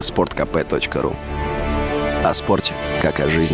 sportkp.ru. О спорте, как о жизни.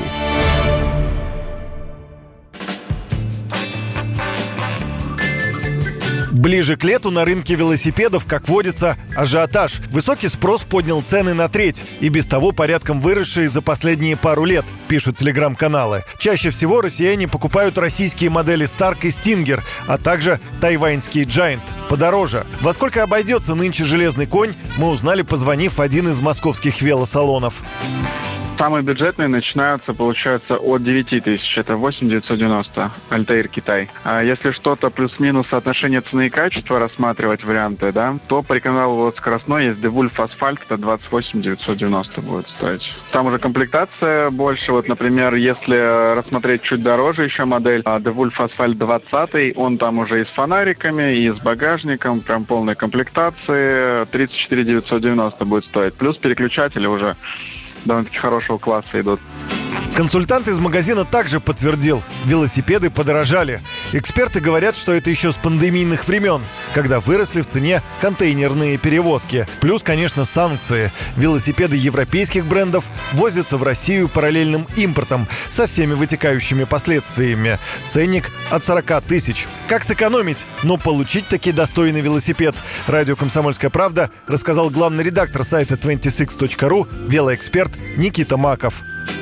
Ближе к лету на рынке велосипедов, как водится, ажиотаж. Высокий спрос поднял цены на треть, и без того порядком выросшие за последние пару лет, пишут телеграм-каналы. Чаще всего россияне покупают российские модели Stark и Stinger, а также тайваньский Giant. Подороже. Во сколько обойдется нынче железный конь, мы узнали, позвонив в один из московских велосалонов. Самые бюджетные начинаются, получается, от 9 тысяч. Это 8990 Altair Китай. А если что-то плюс-минус соотношение цены и качества рассматривать варианты, да, то порекомендовал скоростной есть DeWolf Asphalt, это 28990 будет стоить. Там уже комплектация больше. Вот, например, если рассмотреть чуть дороже еще модель DeWolf Asphalt 20, он там уже и с фонариками, и с багажником, прям полной комплектации. 34990 будет стоить. Плюс переключатели уже довольно-таки хорошего класса идут. Консультант из магазина также подтвердил, велосипеды подорожали. Эксперты говорят, что это еще с пандемийных времен, когда выросли в цене контейнерные перевозки. Плюс, конечно, санкции. Велосипеды европейских брендов возятся в Россию параллельным импортом со всеми вытекающими последствиями. Ценник от 40 тысяч. Как сэкономить, но получить таки достойный велосипед? Радио «Комсомольская правда» рассказал главный редактор сайта 26.ru, велоэксперт Никита Маков.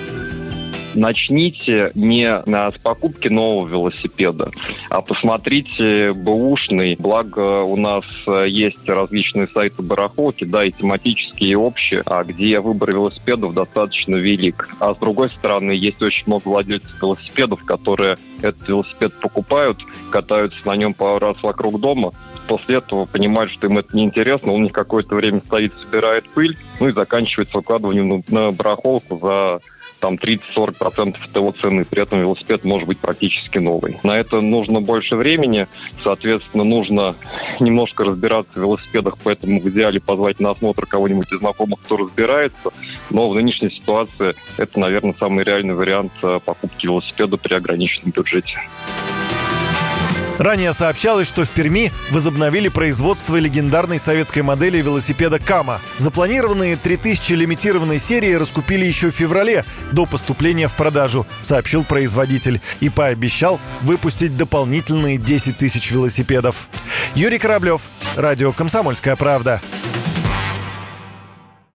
Начните не с покупки нового велосипеда, а посмотрите бэушный. Благо у нас есть различные сайты барахолки, да, и тематические, и общие, где выбор велосипедов достаточно велик. А с другой стороны, есть очень много владельцев велосипедов, которые этот велосипед покупают, катаются на нем пару раз вокруг дома, после этого понимают, что им это неинтересно, он у них какое-то время стоит, собирает пыль, и заканчивается выкладыванием на барахолку за 30-40% от его цены. При этом велосипед может быть практически новый. На это нужно больше времени, соответственно, нужно немножко разбираться в велосипедах, поэтому в идеале позвать на осмотр кого-нибудь из знакомых, кто разбирается. Но в нынешней ситуации это, наверное, самый реальный вариант покупки велосипеда при ограниченном бюджете. Ранее сообщалось, что в Перми возобновили производство легендарной советской модели велосипеда «Кама». Запланированные 3000 лимитированной серии раскупили еще в феврале до поступления в продажу, сообщил производитель, и пообещал выпустить дополнительные 10 тысяч велосипедов. Юрий Кораблев, радио «Комсомольская правда».